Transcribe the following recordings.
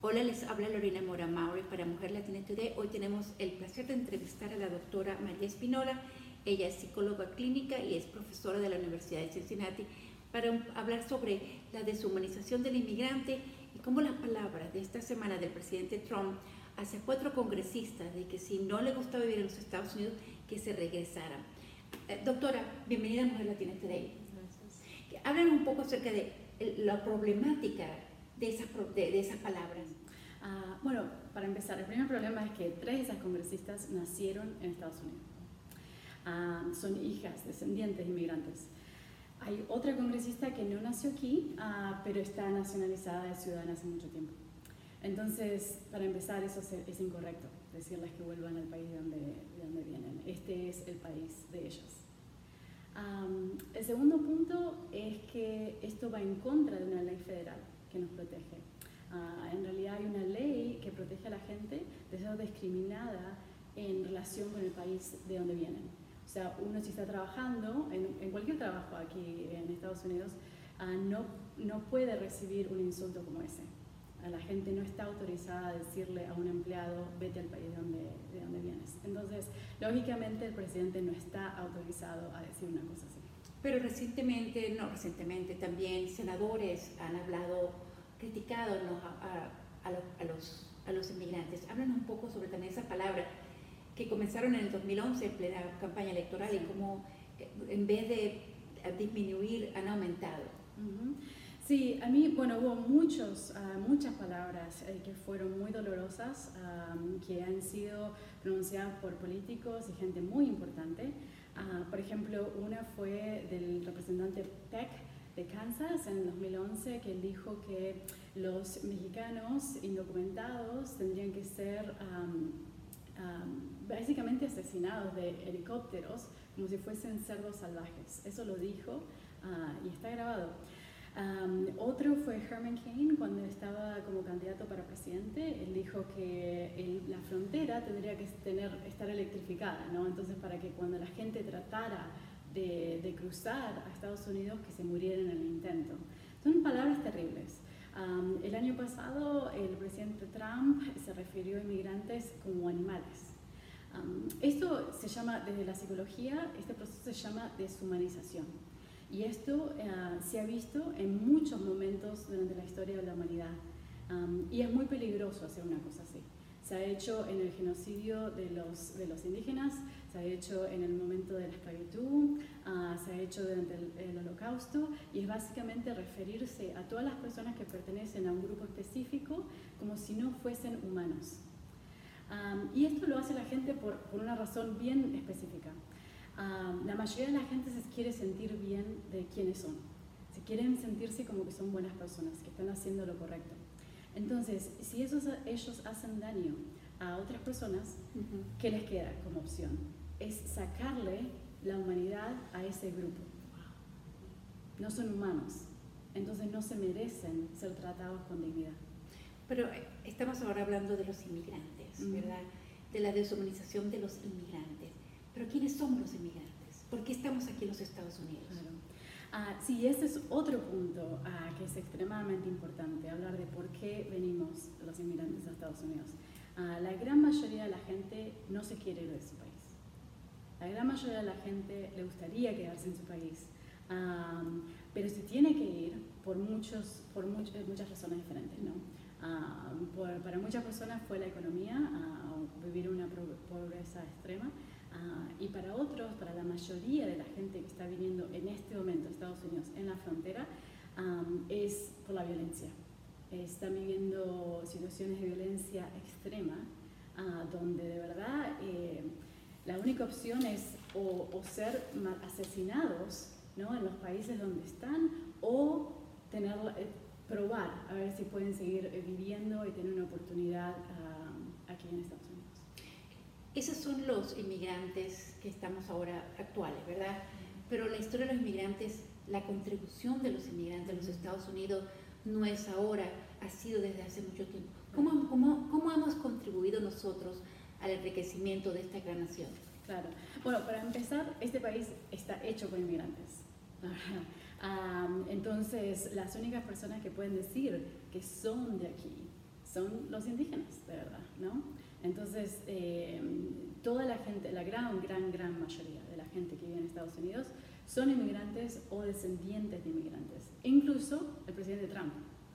Hola, les habla Lorena Mora Mauri para Mujer Latina Today. Hoy tenemos el placer de entrevistar a la doctora María Espinola. Ella es psicóloga clínica y es profesora de la Universidad de Cincinnati para hablar sobre la deshumanización del inmigrante y cómo la palabra de esta semana del presidente Trump hacia 4 congresistas de que si no le gustaba vivir en los Estados Unidos, que se regresaran. Doctora, bienvenida a Mujer Latina Today. Gracias. Hablan un poco acerca de la problemática de esas palabras. Bueno, para empezar, el primer problema es que 3 de esas congresistas nacieron en Estados Unidos. Son hijas, descendientes de inmigrantes. Hay otra congresista que no nació aquí, pero está nacionalizada, es ciudadana hace mucho tiempo. Entonces, para empezar, eso es incorrecto, decirles que vuelvan al país de donde vienen. Este es el país de ellos. El segundo punto es que esto va en contra de una ley federal que nos protege. En realidad hay una ley que protege a la gente de ser discriminada en relación con el país de donde vienen. O sea, uno si está trabajando, en cualquier trabajo aquí en Estados Unidos, no puede recibir un insulto como ese. La gente no está autorizada a decirle a un empleado, vete al país de donde vienes. Entonces, lógicamente el presidente no está autorizado a decir una cosa así. Pero recientemente, también senadores han criticado a los inmigrantes. Hablan un poco sobre también esa palabra que comenzaron en el 2011 en plena campaña electoral, sí, y cómo en vez de disminuir han aumentado. Sí, a mí, bueno, hubo muchas palabras que fueron muy dolorosas, que han sido pronunciadas por políticos y gente muy importante. Por ejemplo, una fue del representante Peck de Kansas en el 2011, que él dijo que los mexicanos indocumentados tendrían que ser básicamente asesinados de helicópteros como si fuesen cerdos salvajes. Eso lo dijo y está grabado. Otro fue Herman Cain, cuando estaba como candidato para presidente. Él dijo que la frontera tendría que estar electrificada, ¿no? Entonces, para que cuando la gente tratara de cruzar a Estados Unidos, que se murieran en el intento. Son palabras terribles. El año pasado el presidente Trump se refirió a inmigrantes como animales. Esto se llama, desde la psicología, este proceso se llama deshumanización. Y esto se ha visto en muchos momentos durante la historia de la humanidad. Y es muy peligroso hacer una cosa así. Se ha hecho en el genocidio de los indígenas, se ha hecho en el momento de la esclavitud, se ha hecho durante el Holocausto, y es básicamente referirse a todas las personas que pertenecen a un grupo específico como si no fuesen humanos. Y esto lo hace la gente por una razón bien específica. La mayoría de la gente se quiere sentir bien de quiénes son. Se quieren sentirse como que son buenas personas, que están haciendo lo correcto. Entonces, si ellos hacen daño a otras personas, ¿qué les queda como opción? Es sacarle la humanidad a ese grupo. No son humanos, entonces no se merecen ser tratados con dignidad. Pero estamos ahora hablando de los inmigrantes, ¿verdad? De la deshumanización de los inmigrantes. Pero ¿quiénes somos los inmigrantes? ¿Por qué estamos aquí en los Estados Unidos? Claro. Sí, ese es otro punto que es extremadamente importante, hablar de por qué venimos los inmigrantes a Estados Unidos. La gran mayoría de la gente no se quiere ir de su país. La gran mayoría de la gente le gustaría quedarse en su país, pero se tiene que ir por muchas razones diferentes, ¿no? Para muchas personas fue la economía, vivir una pobreza extrema. Y para otros, para la mayoría de la gente que está viniendo en este momento a Estados Unidos en la frontera, es por la violencia. Están viviendo situaciones de violencia extrema, donde de verdad la única opción es o ser asesinados, ¿no?, en los países donde están, o probar a ver si pueden seguir viviendo y tener una oportunidad aquí en Estados Unidos. Esos son los inmigrantes que estamos ahora actuales, ¿verdad? Pero la historia de los inmigrantes, la contribución de los inmigrantes a los Estados Unidos no es ahora, ha sido desde hace mucho tiempo. ¿Cómo hemos contribuido nosotros al enriquecimiento de esta gran nación? Claro. Bueno, para empezar, este país está hecho por inmigrantes. Entonces, las únicas personas que pueden decir que son de aquí son los indígenas, de verdad, ¿no? Entonces, toda la gente, la gran mayoría de la gente que vive en Estados Unidos son inmigrantes o descendientes de inmigrantes, incluso el presidente Trump.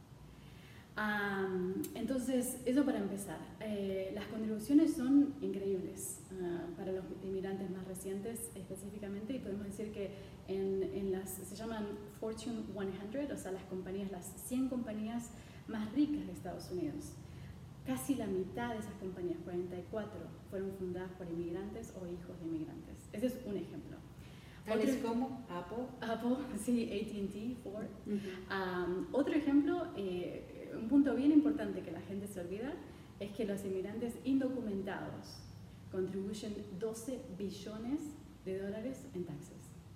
Entonces, eso para empezar. Las contribuciones son increíbles para los inmigrantes más recientes específicamente, y podemos decir que se llaman Fortune 100, o sea, las 100 compañías más ricas de Estados Unidos. Casi la mitad de esas compañías, 44, fueron fundadas por inmigrantes o hijos de inmigrantes. Ese es un ejemplo. Tales como Apple, sí, AT&T, Ford. Otro ejemplo, un punto bien importante que la gente se olvida, es que los inmigrantes indocumentados contribuyen $12 billones en taxes.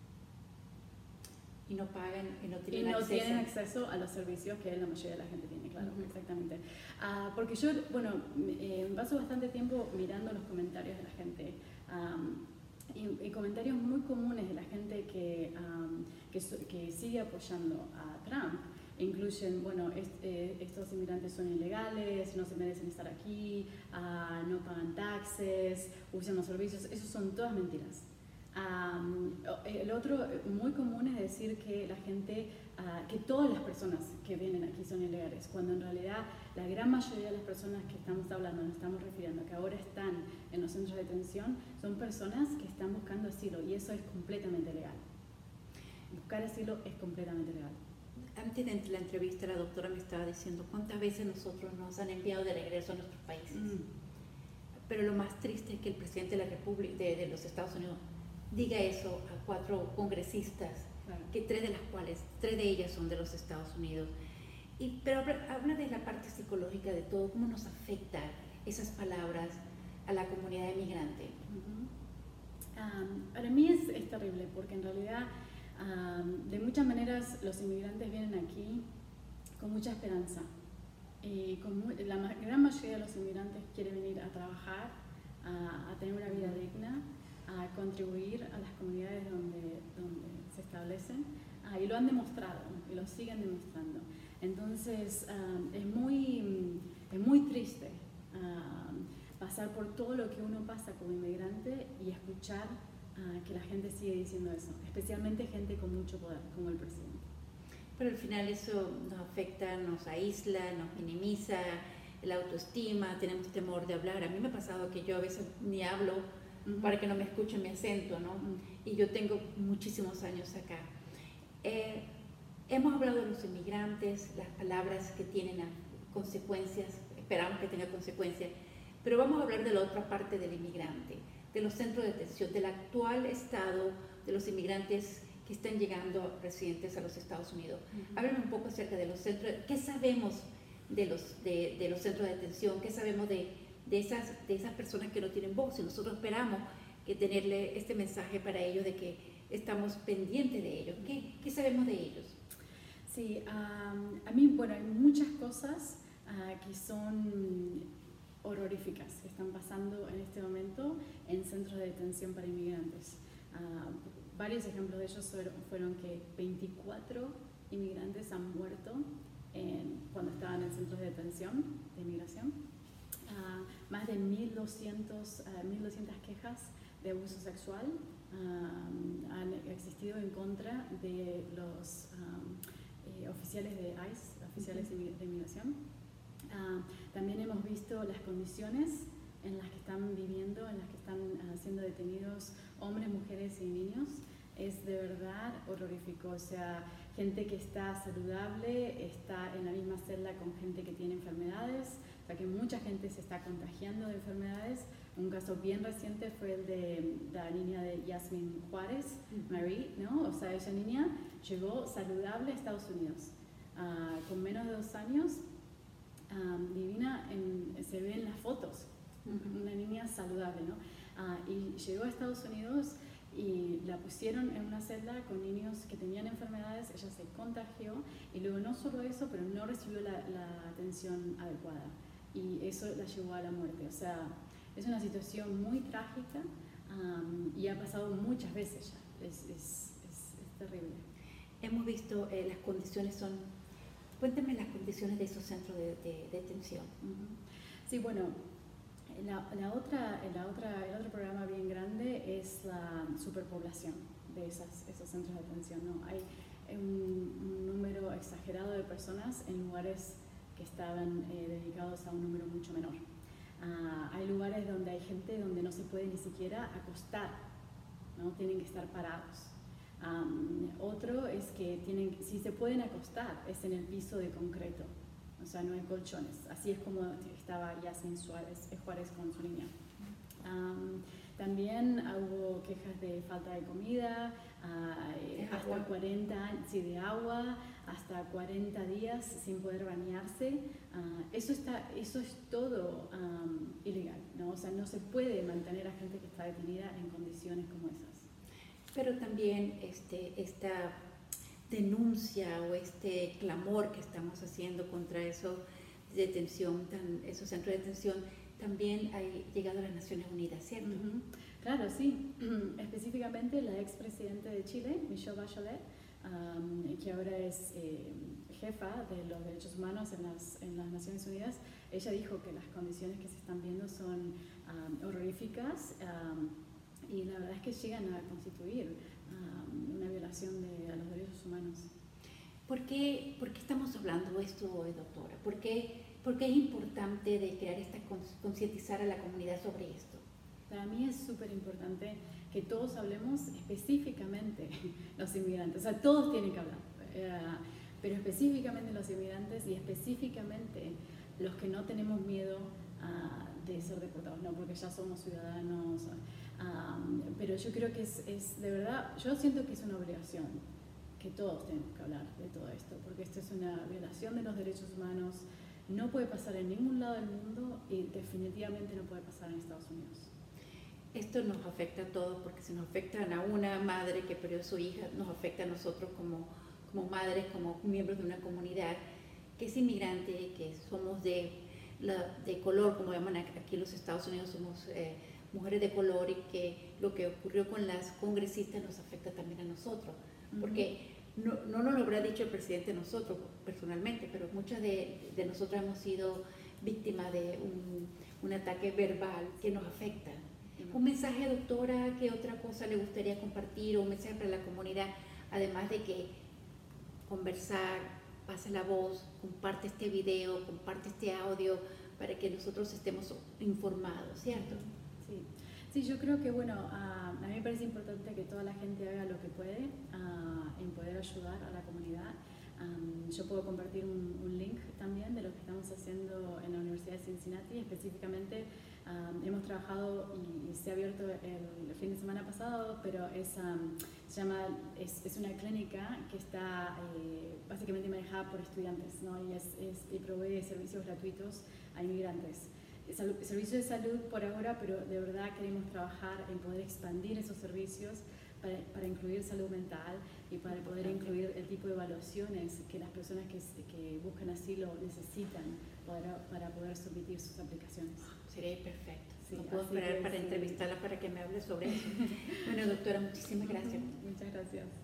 Y no pagan, y no tienen acceso a los servicios que la mayoría de la gente tiene, claro, exactamente. Porque yo, me paso bastante tiempo mirando los comentarios de la gente, y comentarios muy comunes de la gente que sigue apoyando a Trump incluyen, estos inmigrantes son ilegales, no se merecen estar aquí, no pagan taxes, usan los servicios. Esos son todas mentiras. El otro muy común es decir que la gente, que todas las personas que vienen aquí son ilegales, cuando en realidad la gran mayoría de las personas que estamos hablando, nos estamos refiriendo, que ahora están en los centros de detención, son personas que están buscando asilo, y eso es completamente legal. Buscar asilo es completamente legal. Antes de la entrevista, la doctora me estaba diciendo cuántas veces nosotros nos han enviado de regreso a nuestros países. Pero lo más triste es que el presidente de la República, de los Estados Unidos, diga eso a 4 congresistas, claro, que 3 de ellas son de los Estados Unidos. Pero habla de la parte psicológica de todo, cómo nos afecta esas palabras a la comunidad inmigrante. Para mí es terrible, porque en realidad de muchas maneras los inmigrantes vienen aquí con mucha esperanza. La gran mayoría de los inmigrantes quiere venir a trabajar, a tener una vida digna, a contribuir a las comunidades donde se establecen, y lo han demostrado y lo siguen demostrando. Entonces es muy triste pasar por todo lo que uno pasa como inmigrante y escuchar que la gente sigue diciendo eso, especialmente gente con mucho poder como el presidente. Pero al final eso nos afecta, nos aísla, nos minimiza la autoestima, tenemos temor de hablar. A mí me ha pasado que yo a veces ni hablo para que no me escuchen mi acento, ¿no? Y yo tengo muchísimos años acá. Hemos hablado de los inmigrantes, las palabras que tienen consecuencias, esperamos que tengan consecuencias, pero vamos a hablar de la otra parte del inmigrante, de los centros de detención, del actual estado de los inmigrantes que están llegando residentes a los Estados Unidos. Háblame un poco acerca de los centros, ¿qué sabemos de los centros de detención? ¿Qué sabemos de esas personas que no tienen voz? Y nosotros esperamos que tenerle este mensaje para ellos de que estamos pendientes de ellos. ¿Qué sabemos de ellos? Sí, a mí, hay muchas cosas que son horroríficas que están pasando en este momento en centros de detención para inmigrantes. Varios ejemplos de ellos fueron que 24 inmigrantes han muerto cuando estaban en centros de detención de inmigración. Más de 1.200 quejas de abuso sexual han existido en contra de los oficiales de ICE, oficiales de inmigración. También hemos visto las condiciones en las que están viviendo, en las que están siendo detenidos hombres, mujeres y niños. Es de verdad horrorífico. O sea, gente que está saludable está en la misma celda con gente que tiene enfermedades. O sea, que mucha gente se está contagiando de enfermedades. Un caso bien reciente fue el de la niña de Yasmin Juárez, Marie, ¿no? O sea, esa niña llegó saludable a Estados Unidos. Con menos de 2 años, divina, se ve en las fotos, una niña saludable, ¿no? Y llegó a Estados Unidos y la pusieron en una celda con niños que tenían enfermedades. Ella se contagió y luego no solo eso, pero no recibió la atención adecuada y eso la llevó a la muerte. O sea, es una situación muy trágica y ha pasado muchas veces ya. Es terrible. Hemos visto las condiciones son Cuéntame las condiciones de esos centros de detención. Sí, bueno, el otro programa bien grande es la superpoblación de esos centros de detención, ¿no? Hay un número exagerado de personas en lugares que estaban dedicados a un número mucho menor. Hay lugares donde hay gente donde no se puede ni siquiera acostar, ¿no? Tienen que estar parados. Otro es que si se pueden acostar, es en el piso de concreto, o sea, no hay colchones. Así es como estaba Yasmin Juárez con su niña. También hubo quejas de falta de comida, hasta 40, sí, de agua, hasta 40 días sin poder bañarse. Eso es todo ilegal, ¿no? O sea, no se puede mantener a gente que está detenida en condiciones como esas. Pero también esta denuncia o este clamor que estamos haciendo contra esos centros de detención, también ha llegado a las Naciones Unidas, ¿cierto? Claro, sí. Específicamente la expresidenta de Chile, Michelle Bachelet, que ahora es jefa de los derechos humanos en las Naciones Unidas, ella dijo que las condiciones que se están viendo son horroríficas, y la verdad es que llegan a constituir una violación a los derechos humanos. ¿Por qué estamos hablando esto hoy, doctora? ¿Por qué es importante de crear concientizar a la comunidad sobre esto? Para mí es súper importante que todos hablemos, específicamente los inmigrantes. O sea, todos tienen que hablar, pero específicamente los inmigrantes y específicamente los que no tenemos miedo de ser deportados, no porque ya somos ciudadanos. Pero yo creo que es de verdad, yo siento que es una obligación que todos tenemos que hablar de todo esto, porque esto es una violación de los derechos humanos, no puede pasar en ningún lado del mundo y definitivamente no puede pasar en Estados Unidos. Esto nos afecta a todos, porque si nos afectan a una madre que perdió a su hija, nos afecta a nosotros como madres, como miembros de una comunidad que es inmigrante, que somos de color, como llaman aquí en los Estados Unidos, somos mujeres de color, y que lo que ocurrió con las congresistas nos afecta también a nosotros, porque no nos lo habrá dicho el presidente nosotros personalmente, pero muchas de nosotras hemos sido víctimas de un ataque verbal que nos afecta. Un mensaje, doctora, ¿qué otra cosa le gustaría compartir, o un mensaje para la comunidad, además de que conversar, pase la voz, comparte este video, comparte este audio, para que nosotros estemos informados, ¿cierto? Sí, yo creo que, bueno, a mí me parece importante que toda la gente haga lo que puede en poder ayudar a la comunidad. Yo puedo compartir un link también de lo que estamos haciendo en la Universidad de Cincinnati. Específicamente hemos trabajado y se ha abierto el fin de semana pasado, pero es una clínica que está básicamente manejada por estudiantes, ¿no? Y provee servicios gratuitos a inmigrantes. Servicios de salud por ahora, pero de verdad queremos trabajar en poder expandir esos servicios para incluir salud mental y para poder incluir el tipo de evaluaciones que las personas que buscan asilo necesitan para poder submitir sus aplicaciones. Sería perfecto. Sí, no puedo esperar para entrevistarla para que me hable sobre eso. Bueno, doctora, muchísimas gracias. Muchas gracias.